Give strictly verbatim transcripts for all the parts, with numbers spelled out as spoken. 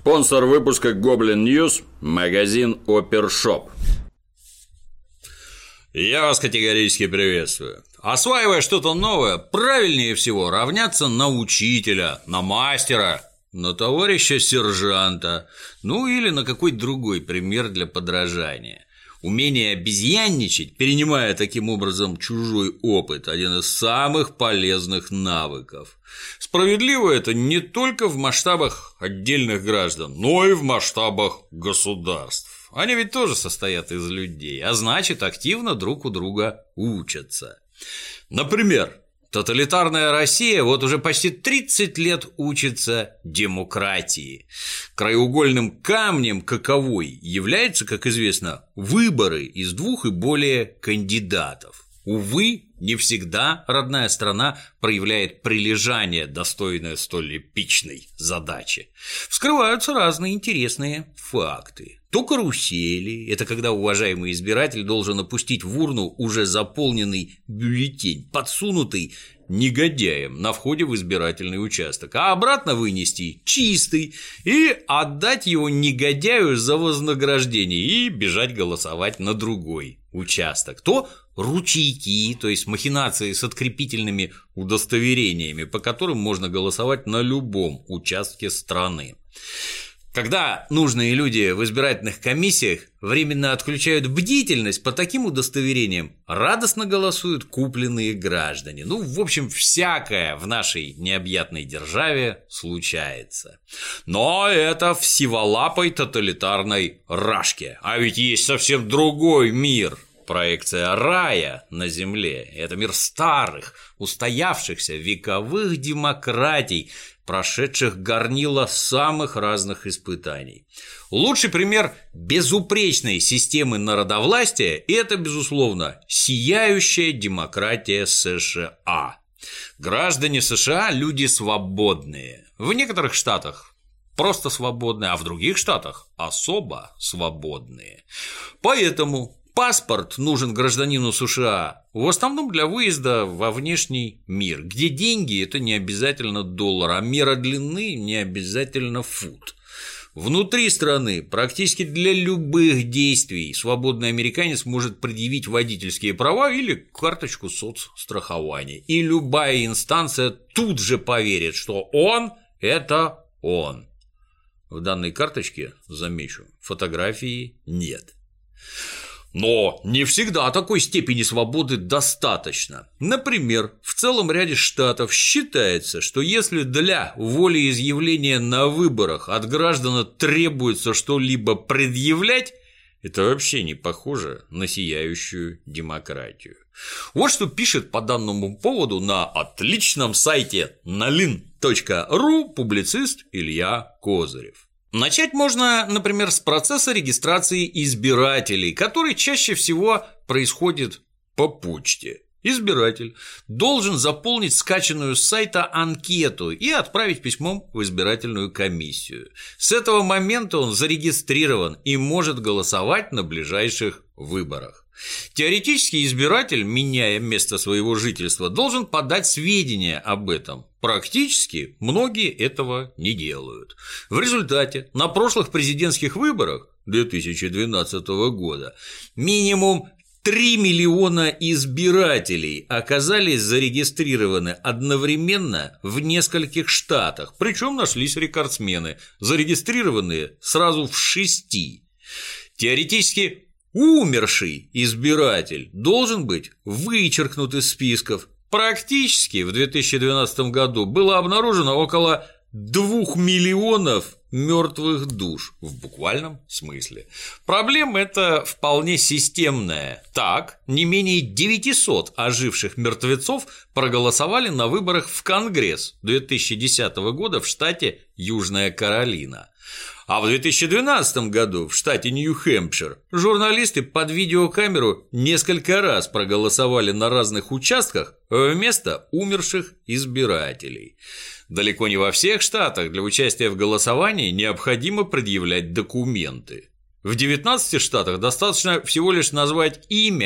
Спонсор выпуска Гоблин Ньюс – магазин Опершоп. Я вас категорически приветствую. Осваивая что-то новое, правильнее всего равняться на учителя, на мастера, на товарища сержанта, ну или на какой-то другой пример для подражания. Умение обезьянничать, перенимая таким образом чужой опыт, один из самых полезных навыков. Справедливо это не только в масштабах отдельных граждан, но и в масштабах государств. Они ведь тоже состоят из людей, а значит, активно друг у друга учатся. Например, тоталитарная Россия вот уже почти тридцать лет учится демократии. Краеугольным камнем каковой являются, как известно, выборы из двух и более кандидатов. Увы, не всегда родная страна проявляет прилежание, достойное столь эпичной задачи. Вскрываются разные интересные факты. То карусели – это когда уважаемый избиратель должен опустить в урну уже заполненный бюллетень, подсунутый негодяем на входе в избирательный участок, а обратно вынести чистый и отдать его негодяю за вознаграждение и бежать голосовать на другой участок. То ручейки, то есть махинации с открепительными удостоверениями, по которым можно голосовать на любом участке страны. Когда нужные люди в избирательных комиссиях временно отключают бдительность по таким удостоверениям, радостно голосуют купленные граждане. Ну, в общем, всякое в нашей необъятной державе случается. Но это в сиволапой тоталитарной рашке. А ведь есть совсем другой мир. Проекция рая на земле – это мир старых, устоявшихся вековых демократий, прошедших горнило самых разных испытаний. Лучший пример безупречной системы народовластия – это, безусловно, сияющая демократия США. Граждане США – люди свободные. В некоторых штатах просто свободные, а в других штатах особо свободные. Поэтому паспорт нужен гражданину США в основном для выезда во внешний мир, где деньги – это не обязательно доллар, а мера длины не обязательно фут. Внутри страны практически для любых действий свободный американец может предъявить водительские права или карточку соцстрахования, и любая инстанция тут же поверит, что он – это он. В данной карточке, замечу, фотографии нет. Но не всегда такой степени свободы достаточно. Например, в целом ряде штатов считается, что если для волеизъявления на выборах от граждан требуется что-либо предъявлять, это вообще не похоже на сияющую демократию. Вот что пишет по данному поводу на отличном сайте налин точка ру публицист Илья Козырев. Начать можно, например, с процесса регистрации избирателей, который чаще всего происходит по почте. Избиратель должен заполнить скачанную с сайта анкету и отправить письмом в избирательную комиссию. С этого момента он зарегистрирован и может голосовать на ближайших выборах. Теоретически избиратель, меняя место своего жительства, должен подать сведения об этом. Практически многие этого не делают. В результате на прошлых президентских выборах две тысячи двенадцатого года минимум три миллиона избирателей оказались зарегистрированы одновременно в нескольких штатах, причем нашлись рекордсмены, зарегистрированные сразу в шести. Теоретически умерший избиратель должен быть вычеркнут из списков. Практически в две тысячи двенадцатом году было обнаружено около двух миллионов мертвых душ в буквальном смысле. Проблема эта вполне системная. Так, не менее девятисот оживших мертвецов проголосовали на выборах в Конгресс две тысячи десятого года в штате Южная Каролина. А в две тысячи двенадцатом году в штате Нью-Хэмпшир журналисты под видеокамеру несколько раз проголосовали на разных участках вместо умерших избирателей. Далеко не во всех штатах для участия в голосовании необходимо предъявлять документы. В девятнадцати штатах достаточно всего лишь назвать имя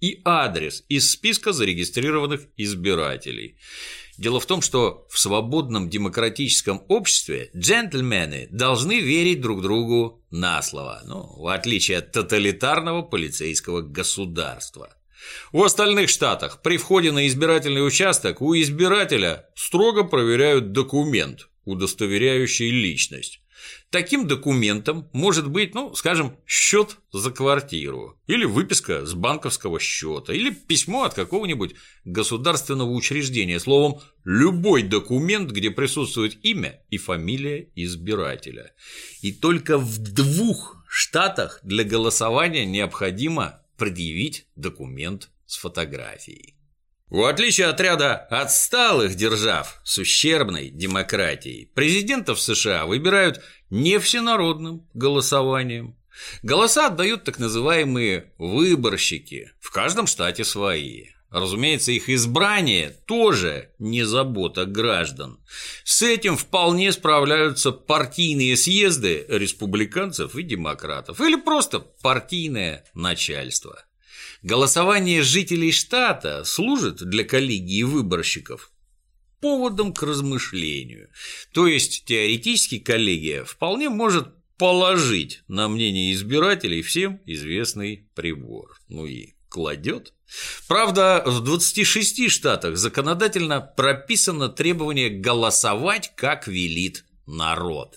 и адрес из списка зарегистрированных избирателей. Дело в том, что в свободном демократическом обществе джентльмены должны верить друг другу на слово, ну, в отличие от тоталитарного полицейского государства. В остальных штатах при входе на избирательный участок у избирателя строго проверяют документ, удостоверяющий личность. Таким документом может быть, ну, скажем, счет за квартиру, или выписка с банковского счета, или письмо от какого-нибудь государственного учреждения, словом, любой документ, где присутствует имя и фамилия избирателя. И только в двух штатах для голосования необходимо предъявить документ с фотографией. В отличие от ряда отсталых держав с ущербной демократией, президентов США выбирают не всенародным голосованием. Голоса отдают так называемые выборщики, в каждом штате свои. Разумеется, их избрание тоже не забота граждан. С этим вполне справляются партийные съезды республиканцев и демократов, или просто партийное начальство. Голосование жителей штата служит для коллегии выборщиков поводом к размышлению. То есть, теоретически коллегия вполне может положить на мнение избирателей всем известный прибор. Ну и кладет. Правда, в двадцати шести штатах законодательно прописано требование голосовать, как велит народ.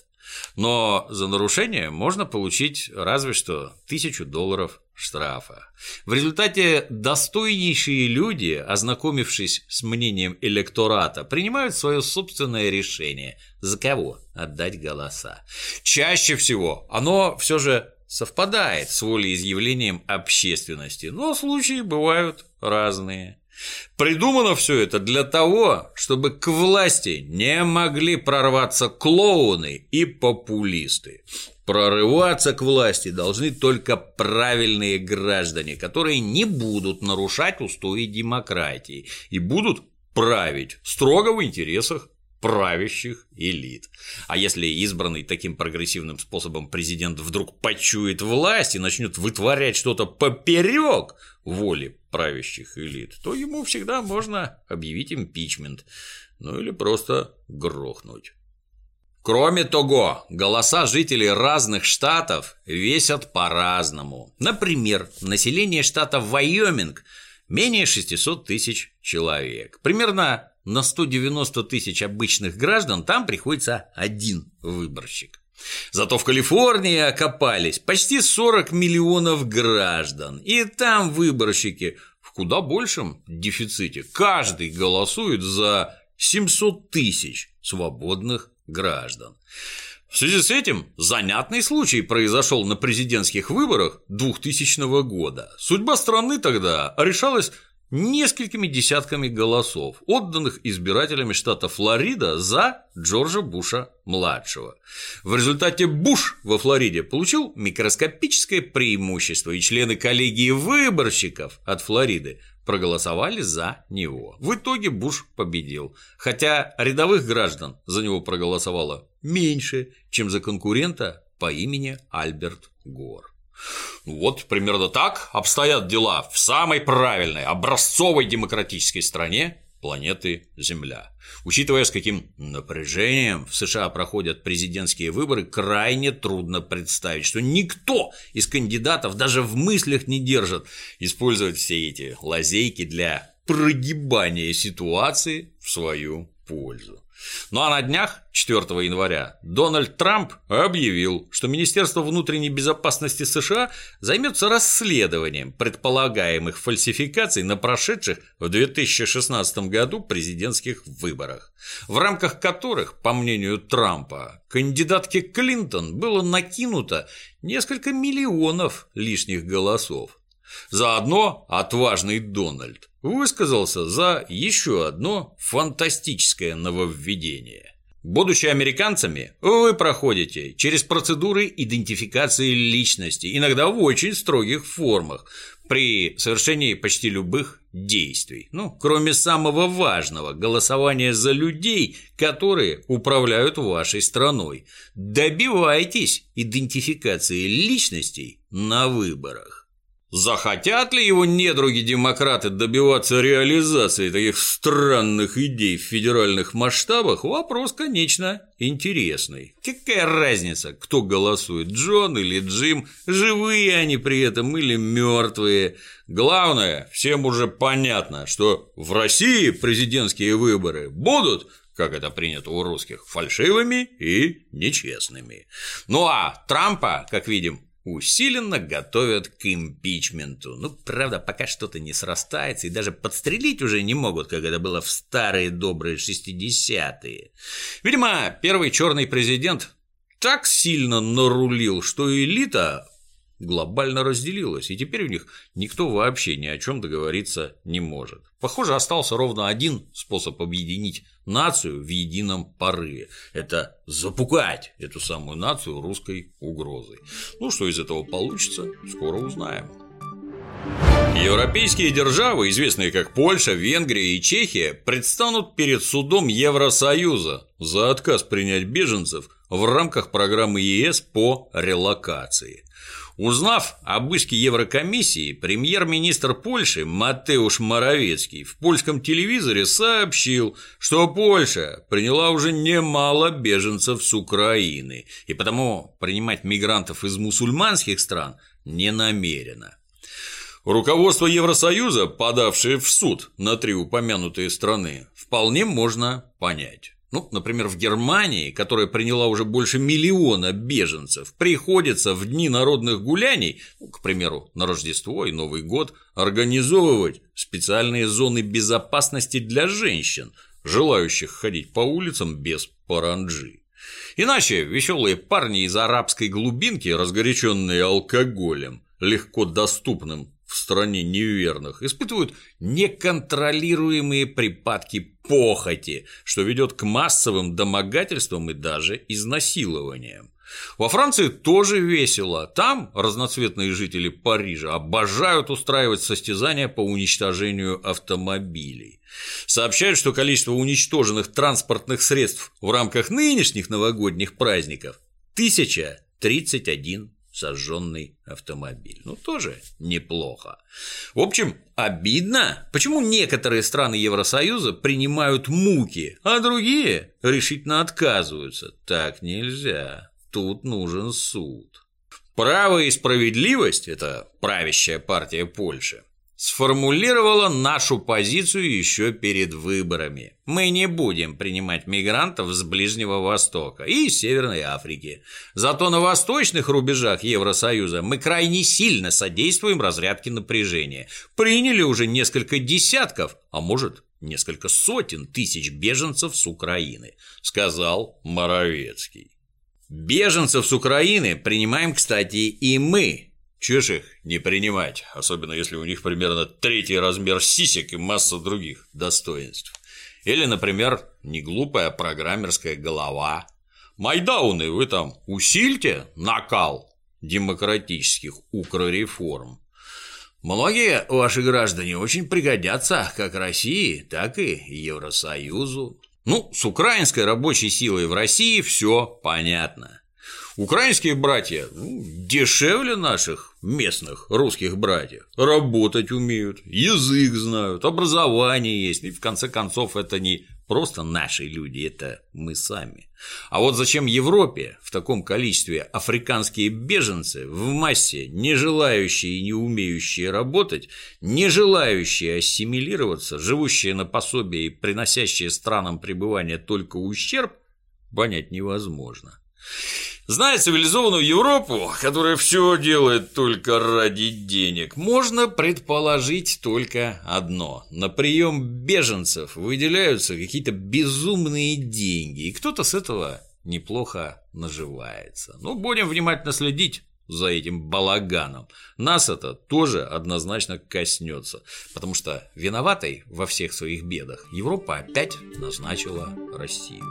Но за нарушение можно получить разве что тысячу долларов штрафа. В результате достойнейшие люди, ознакомившись с мнением электората, принимают свое собственное решение, за кого отдать голоса. Чаще всего оно все же совпадает с волеизъявлением общественности, но случаи бывают разные. Придумано все это для того, чтобы к власти не могли прорваться клоуны и популисты. Прорываться к власти должны только правильные граждане, которые не будут нарушать устои демократии и будут править строго в интересах правящих элит. А если избранный таким прогрессивным способом президент вдруг почует власть и начнет вытворять что-то поперек воли правящих элит, то ему всегда можно объявить импичмент, ну или просто грохнуть. Кроме того, голоса жителей разных штатов весят по-разному. Например, население штата Вайоминг менее шестисот тысяч человек. Примерно на сто девяносто тысяч обычных граждан там приходится один выборщик. Зато в Калифорнии окопались почти сорок миллионов граждан, и там выборщики в куда большем дефиците. Каждый голосует за семьсот тысяч свободных граждан. В связи с этим занятный случай произошел на президентских выборах двухтысячного года. Судьба страны тогда решалась несколькими десятками голосов, отданных избирателями штата Флорида за Джорджа Буша-младшего. В результате Буш во Флориде получил микроскопическое преимущество, и члены коллегии выборщиков от Флориды проголосовали за него. В итоге Буш победил, хотя рядовых граждан за него проголосовало меньше, чем за конкурента по имени Альберт Гор. Вот примерно так обстоят дела в самой правильной, образцовой демократической стране планеты Земля. Учитывая, с каким напряжением в США проходят президентские выборы, крайне трудно представить, что никто из кандидатов даже в мыслях не держит использовать все эти лазейки для прогибания ситуации в свою пользу. Ну а на днях, четвёртого января, Дональд Трамп объявил, что Министерство внутренней безопасности США займется расследованием предполагаемых фальсификаций на прошедших в две тысячи шестнадцатом году президентских выборах, в рамках которых, по мнению Трампа, кандидатке Клинтон было накинуто несколько миллионов лишних голосов. Заодно отважный Дональд высказался за еще одно фантастическое нововведение. Будучи американцами, вы проходите через процедуры идентификации личности, иногда в очень строгих формах, при совершении почти любых действий, ну, кроме самого важного – голосования за людей, которые управляют вашей страной. Добивайтесь идентификации личностей на выборах. Захотят ли его недруги-демократы добиваться реализации таких странных идей в федеральных масштабах – вопрос, конечно, интересный. Какая разница, кто голосует, Джон или Джим, живые они при этом или мертвые? Главное, всем уже понятно, что в России президентские выборы будут, как это принято у русских, фальшивыми и нечестными. Ну а Трампа, как видим, усиленно готовят к импичменту. Ну, правда, пока что-то не срастается, и даже подстрелить уже не могут, как это было в старые добрые шестидесятые. Видимо, первый черный президент так сильно нарулил, что элита глобально разделилась, и теперь у них никто вообще ни о чем договориться не может. Похоже, остался ровно один способ объединить нацию в едином порыве – это запугать эту самую нацию русской угрозой. Ну, что из этого получится, скоро узнаем. Европейские державы, известные как Польша, Венгрия и Чехия, предстанут перед судом Евросоюза за отказ принять беженцев в рамках программы ЕС по релокации. Узнав об иске Еврокомиссии, премьер-министр Польши Матеуш Моровецкий в польском телевизоре сообщил, что Польша приняла уже немало беженцев с Украины, и потому принимать мигрантов из мусульманских стран не намерена. Руководство Евросоюза, подавшее в суд на три упомянутые страны, вполне можно понять. Ну, например, в Германии, которая приняла уже больше миллиона беженцев, приходится в дни народных гуляний, ну, к примеру, на Рождество и Новый год, организовывать специальные зоны безопасности для женщин, желающих ходить по улицам без паранджи. Иначе веселые парни из арабской глубинки, разгоряченные алкоголем, легко доступным в стране неверных, испытывают неконтролируемые припадки похоти, что ведет к массовым домогательствам и даже изнасилованиям. Во Франции тоже весело. Там разноцветные жители Парижа обожают устраивать состязания по уничтожению автомобилей. Сообщают, что количество уничтоженных транспортных средств в рамках нынешних новогодних праздников – тысяча тридцать один сожженный автомобиль. Ну, тоже неплохо. В общем, обидно, почему некоторые страны Евросоюза принимают муки, а другие решительно отказываются. Так нельзя. Тут нужен суд. Право и справедливость – это правящая партия Польши, сформулировала нашу позицию еще перед выборами. Мы не будем принимать мигрантов с Ближнего Востока и Северной Африки. Зато на восточных рубежах Евросоюза мы крайне сильно содействуем разрядке напряжения. Приняли уже несколько десятков, а может, несколько сотен тысяч беженцев с Украины, сказал Моровецкий. Беженцев с Украины принимаем, кстати, и мы. Чего ж их не принимать, особенно если у них примерно третий размер сисек и масса других достоинств. Или, например, неглупая программерская голова. Майдауны, вы там усильте накал демократических укрреформ. Многие ваши граждане очень пригодятся как России, так и Евросоюзу. Ну, с украинской рабочей силой в России все понятно. Украинские братья ну, дешевле наших местных русских братьев. Работать умеют, язык знают, образование есть. И в конце концов это не просто наши люди, это мы сами. А вот зачем Европе в таком количестве африканские беженцы в массе, не желающие и не умеющие работать, не желающие ассимилироваться, живущие на пособие и приносящие странам пребывания только ущерб, понять невозможно. Зная цивилизованную Европу, которая все делает только ради денег, можно предположить только одно. На прием беженцев выделяются какие-то безумные деньги, и кто-то с этого неплохо наживается. Ну, будем внимательно следить за этим балаганом. Нас это тоже однозначно коснется, потому что виноватой во всех своих бедах Европа опять назначила Россию.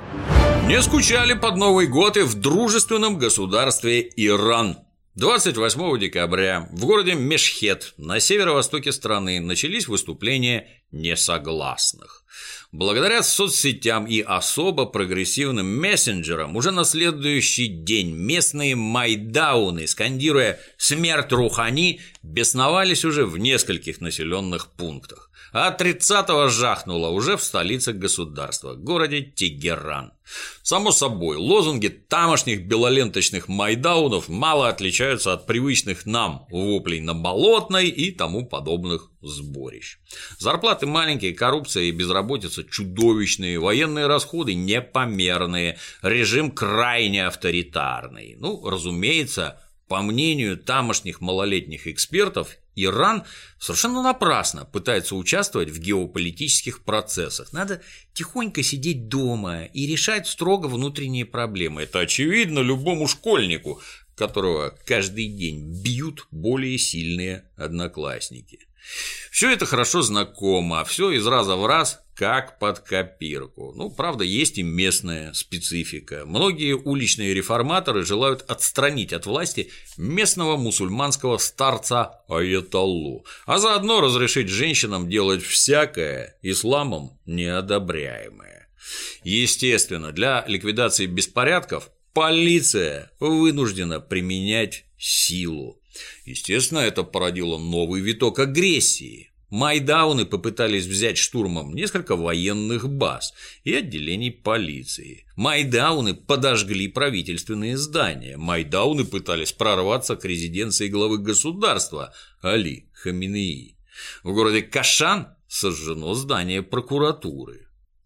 Не скучали под Новый год и в дружественном государстве Иран. двадцать восьмого декабря в городе Мешхед на северо-востоке страны начались выступления несогласных. Благодаря соцсетям и особо прогрессивным мессенджерам уже на следующий день местные майдауны, скандируя «Смерть Рухани», бесновались уже в нескольких населенных пунктах. А тридцатого жахнуло уже в столице государства, городе Тегеран. Само собой, лозунги тамошних белоленточных майдаунов мало отличаются от привычных нам воплей на Болотной и тому подобных сборищ. Зарплаты маленькие, коррупция и безработица чудовищные, военные расходы непомерные, режим крайне авторитарный. Ну, разумеется, по мнению тамошних малолетних экспертов, Иран совершенно напрасно пытается участвовать в геополитических процессах. Надо тихонько сидеть дома и решать строго внутренние проблемы. Это очевидно любому школьнику, которого каждый день бьют более сильные одноклассники. Все это хорошо знакомо, все из раза в раз как под копирку. Ну, правда, есть и местная специфика. Многие уличные реформаторы желают отстранить от власти местного мусульманского старца Аятоллу, а заодно разрешить женщинам делать всякое исламом неодобряемое. Естественно, для ликвидации беспорядков полиция вынуждена применять силу. Естественно, это породило новый виток агрессии. Майдауны попытались взять штурмом несколько военных баз и отделений полиции. Майдауны подожгли правительственные здания. Майдауны пытались прорваться к резиденции главы государства Али Хаминеи. В городе Кашан сожжено здание прокуратуры.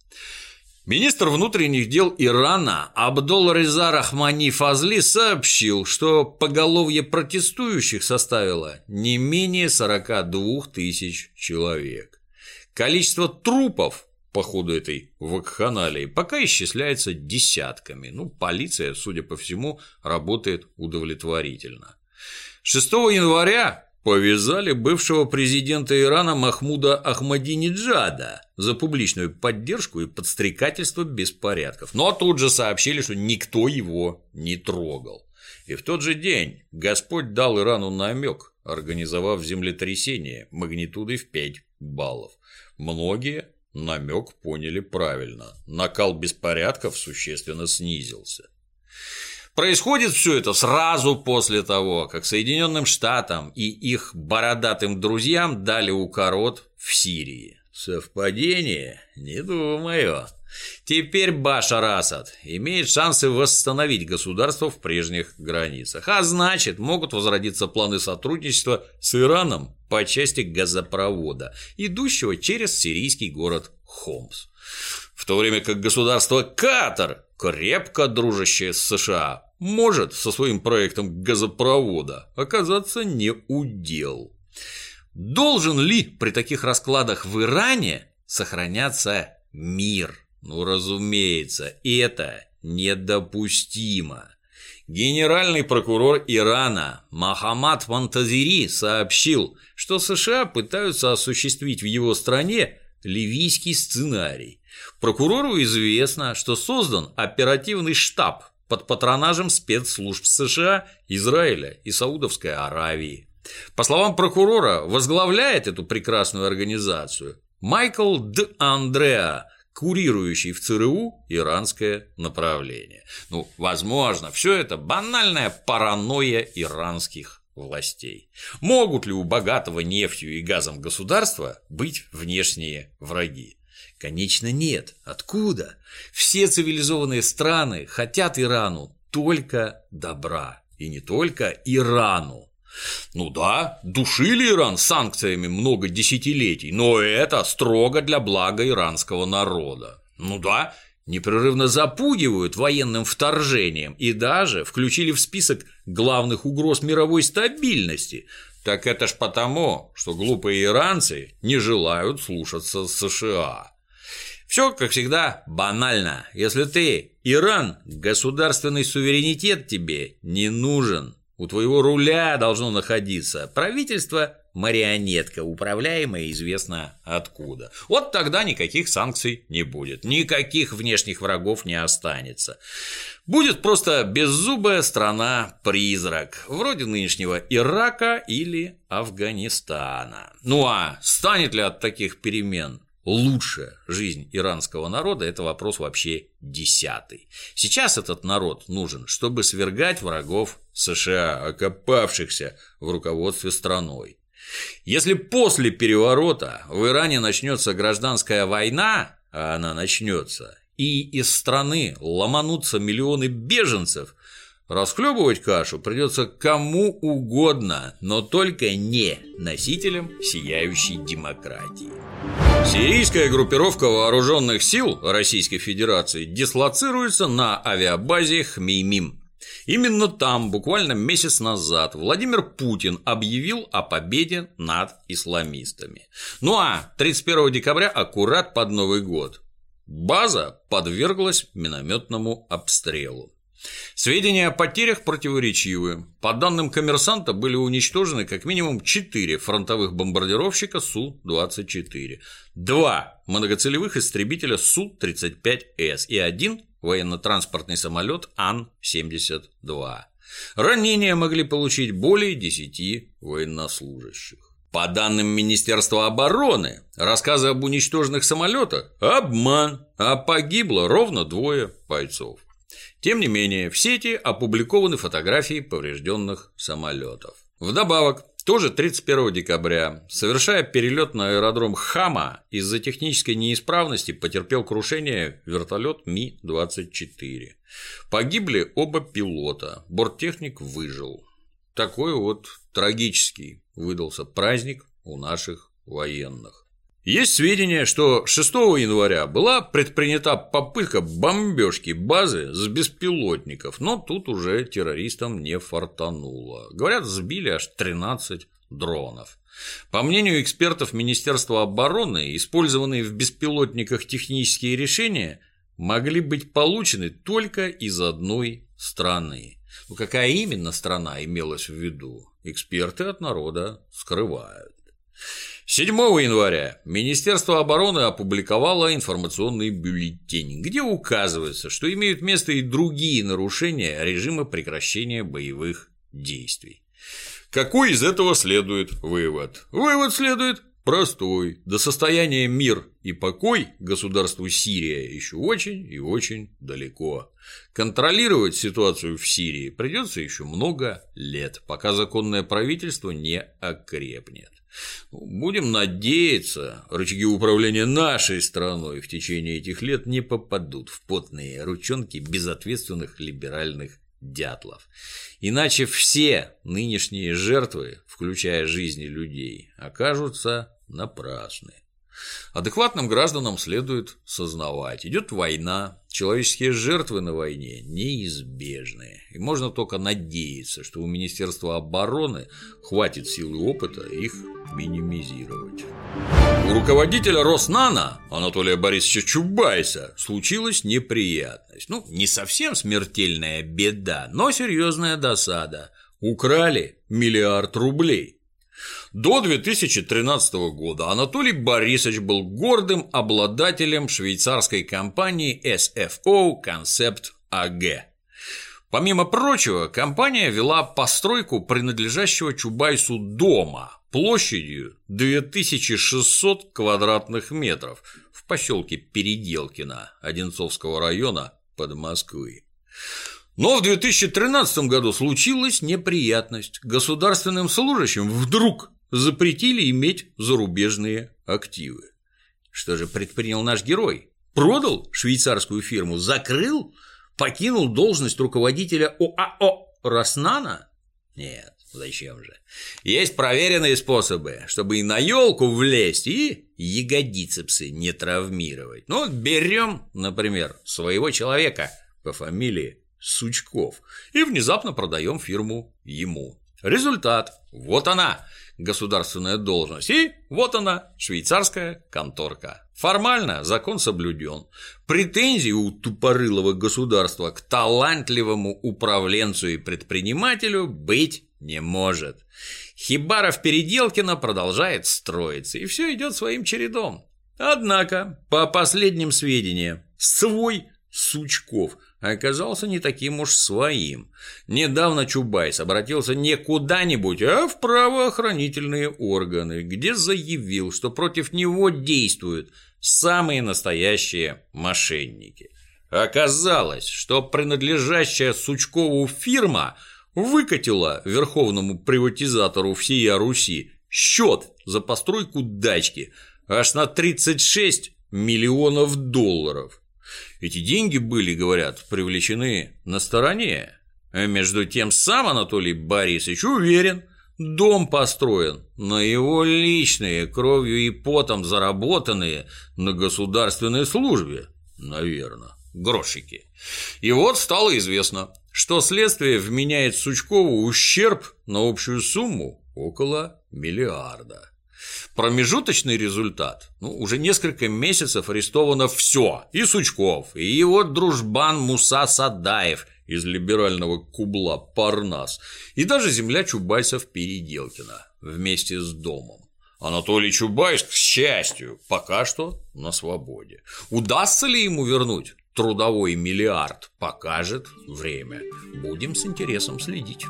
Министр внутренних дел Ирана Абдол-Реза Рахмани Фазли сообщил, что поголовье протестующих составило не менее сорока двух тысяч человек. Количество трупов по ходу этой вакханалии пока исчисляется десятками. Ну, полиция, судя по всему, работает удовлетворительно. шестого января повязали бывшего президента Ирана Махмуда Ахмадинеджада за публичную поддержку и подстрекательство беспорядков. Но тут же сообщили, что никто его не трогал. И в тот же день Господь дал Ирану намек, организовав землетрясение магнитудой в пять баллов. Многие намек поняли правильно. Накал беспорядков существенно снизился. Происходит все это сразу после того, как Соединенным Штатам и их бородатым друзьям дали укорот в Сирии. Совпадение? Не думаю. Теперь Башар Асад имеет шансы восстановить государство в прежних границах, а значит, могут возродиться планы сотрудничества с Ираном по части газопровода, идущего через сирийский город Хомс. В то время как государство Катар, крепко дружащее с США, может со своим проектом газопровода оказаться не удел. Должен ли при таких раскладах в Иране сохраняться мир? Ну, разумеется, это недопустимо. Генеральный прокурор Ирана Мохаммад Монтазери сообщил, что США пытаются осуществить в его стране ливийский сценарий. Прокурору известно, что создан оперативный штаб под патронажем спецслужб США, Израиля и Саудовской Аравии. По словам прокурора, возглавляет эту прекрасную организацию Майкл Д. Андреа, курирующий в ЦРУ иранское направление. Ну, возможно, все это банальная паранойя иранских властей. Могут ли у богатого нефтью и газом государства быть внешние враги? Конечно, нет. Откуда? Все цивилизованные страны хотят Ирану только добра. И не только Ирану. Ну да, душили Иран санкциями много десятилетий, но это строго для блага иранского народа. Ну да, непрерывно запугивают военным вторжением и даже включили в список главных угроз мировой стабильности. Так это ж потому, что глупые иранцы не желают слушаться США. Все, как всегда, банально. Если ты Иран, государственный суверенитет тебе не нужен. У твоего руля должно находиться правительство марионетка, управляемая известно откуда. Вот тогда никаких санкций не будет, никаких внешних врагов не останется. Будет просто беззубая страна-призрак, вроде нынешнего Ирака или Афганистана. Ну а станет ли от таких перемен лучшая жизнь иранского народа – это вопрос вообще десятый. Сейчас этот народ нужен, чтобы свергать врагов США, окопавшихся в руководстве страной. Если после переворота в Иране начнется гражданская война, а она начнется, и из страны ломанутся миллионы беженцев, расхлебывать кашу придется кому угодно, но только не носителям сияющей демократии. Сирийская группировка вооруженных сил Российской Федерации дислоцируется на авиабазе Хмеймим. Именно там буквально месяц назад Владимир Путин объявил о победе над исламистами. Ну а тридцать первого декабря, аккурат под Новый год, база подверглась минометному обстрелу. Сведения о потерях противоречивы. По данным «Коммерсанта» были уничтожены как минимум четыре фронтовых бомбардировщика Су двадцать четыре, два многоцелевых истребителя Су тридцать пять эс и один военно-транспортный самолет Ан семьдесят два. Ранения могли получить более десяти военнослужащих. По данным Министерства обороны, рассказы об уничтоженных самолетах – обман, а погибло ровно двое бойцов. Тем не менее, в сети опубликованы фотографии поврежденных самолетов. Вдобавок, тоже тридцать первого декабря, совершая перелет на аэродром Хама, из-за технической неисправности потерпел крушение вертолет Ми двадцать четыре. Погибли оба пилота, борттехник выжил. Такой вот трагический выдался праздник у наших военных. Есть сведения, что шестого января была предпринята попытка бомбежки базы с беспилотников, но тут уже террористам не фартануло. Говорят, сбили аж тринадцать дронов. По мнению экспертов Министерства обороны, использованные в беспилотниках технические решения могли быть получены только из одной страны. Но какая именно страна имелась в виду, эксперты от народа скрывают. седьмого января Министерство обороны опубликовало информационный бюллетень, где указывается, что имеют место и другие нарушения режима прекращения боевых действий. Какой из этого следует вывод? Вывод следует простой. До состояния мир и покой государству Сирия еще очень и очень далеко. Контролировать ситуацию в Сирии придется еще много лет, пока законное правительство не окрепнет. Будем надеяться, рычаги управления нашей страной в течение этих лет не попадут в потные ручонки безответственных либеральных дятлов. Иначе все нынешние жертвы, включая жизни людей, окажутся напрасны. Адекватным гражданам следует сознавать: идет война, человеческие жертвы на войне неизбежны, и можно только надеяться, что у Министерства обороны хватит сил и опыта их минимизировать. У руководителя Роснано Анатолия Борисовича Чубайса случилась неприятность. Ну, не совсем смертельная беда, но серьезная досада. Украли миллиард рублей. До две тысячи тринадцатого года Анатолий Борисович был гордым обладателем швейцарской компании эс эф о Concept эй джи. Помимо прочего, компания вела постройку принадлежащего Чубайсу дома площадью две тысячи шестьсот квадратных метров в поселке Переделкино Одинцовского района под Москвой. Но в две тысячи тринадцатом году случилась неприятность. Государственным служащим вдруг запретили иметь зарубежные активы. Что же предпринял наш герой? Продал швейцарскую фирму, закрыл, покинул должность руководителя ОАО «Роснано»? Нет, зачем же? Есть проверенные способы, чтобы и на елку влезть, и ягодицепсы не травмировать. Ну, берем, например, своего человека по фамилии Сучков и внезапно продаем фирму ему. Результат: вот она, государственная должность, и вот она, швейцарская конторка. Формально закон соблюден. Претензий у тупорылого государства к талантливому управленцу и предпринимателю быть не может. Хибара в Переделкино продолжает строиться, и все идет своим чередом. Однако, по последним сведениям, свой Сучков оказался не таким уж своим. Недавно Чубайс обратился не куда-нибудь, а в правоохранительные органы, где заявил, что против него действует самые настоящие мошенники. Оказалось, что принадлежащая Сучкову фирма выкатила верховному приватизатору всея Руси счет за постройку дачки аж на тридцать шесть миллионов долларов. Эти деньги были, говорят, привлечены на стороне. А между тем сам Анатолий Борисович уверен, дом построен на его личные, кровью и потом заработанные на государственной службе, наверное, грошики. И вот стало известно, что следствие вменяет Сучкову ущерб на общую сумму около миллиарда. Промежуточный результат. Ну, уже несколько месяцев арестовано все. И Сучков, и его дружбан Муса Садаев из либерального кубла Парнас, и даже земля Чубайсов-Переделкина вместе с домом. Анатолий Чубайс, к счастью, пока что на свободе. Удастся ли ему вернуть трудовой миллиард, покажет время. Будем с интересом следить.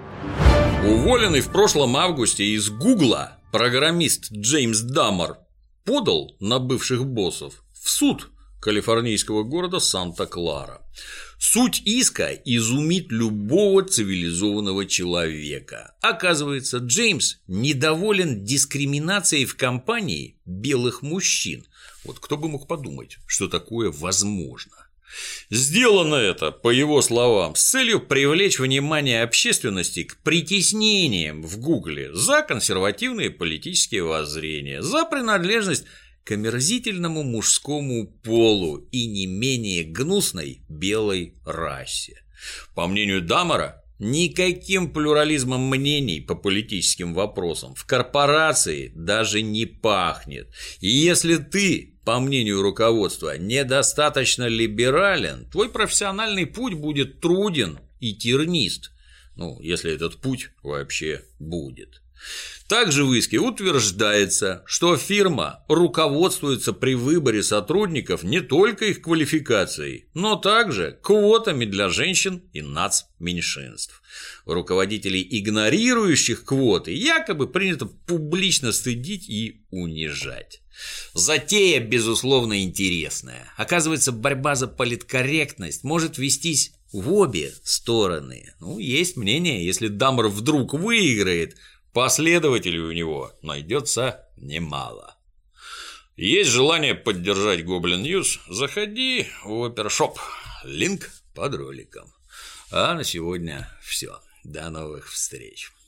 Уволенный в прошлом августе из Гугла программист Джеймс Даммер подал на бывших боссов в суд калифорнийского города Санта-Клара. Суть иска изумит любого цивилизованного человека. Оказывается, Джеймс недоволен дискриминацией в компании белых мужчин. Вот кто бы мог подумать, что такое возможно. Сделано это, по его словам, с целью привлечь внимание общественности к притеснениям в Гугле за консервативные политические воззрения, за принадлежность к омерзительному мужскому полу и не менее гнусной белой расе. По мнению Даммера, никаким плюрализмом мнений по политическим вопросам в корпорации даже не пахнет. И если ты, по мнению руководства, недостаточно либерален, твой профессиональный путь будет труден и тернист. Ну, если этот путь вообще будет. Также в иске утверждается, что фирма руководствуется при выборе сотрудников не только их квалификацией, но также квотами для женщин и нацменьшинств. Руководителей, игнорирующих квоты, якобы принято публично стыдить и унижать. Затея, безусловно, интересная. Оказывается, борьба за политкорректность может вестись в обе стороны. Ну, есть мнение, если Даммер вдруг выиграет, последователей у него найдется немало. Есть желание поддержать Гоблин Ньюс? Заходи в Опершоп. Линк под роликом. А на сегодня все. До новых встреч.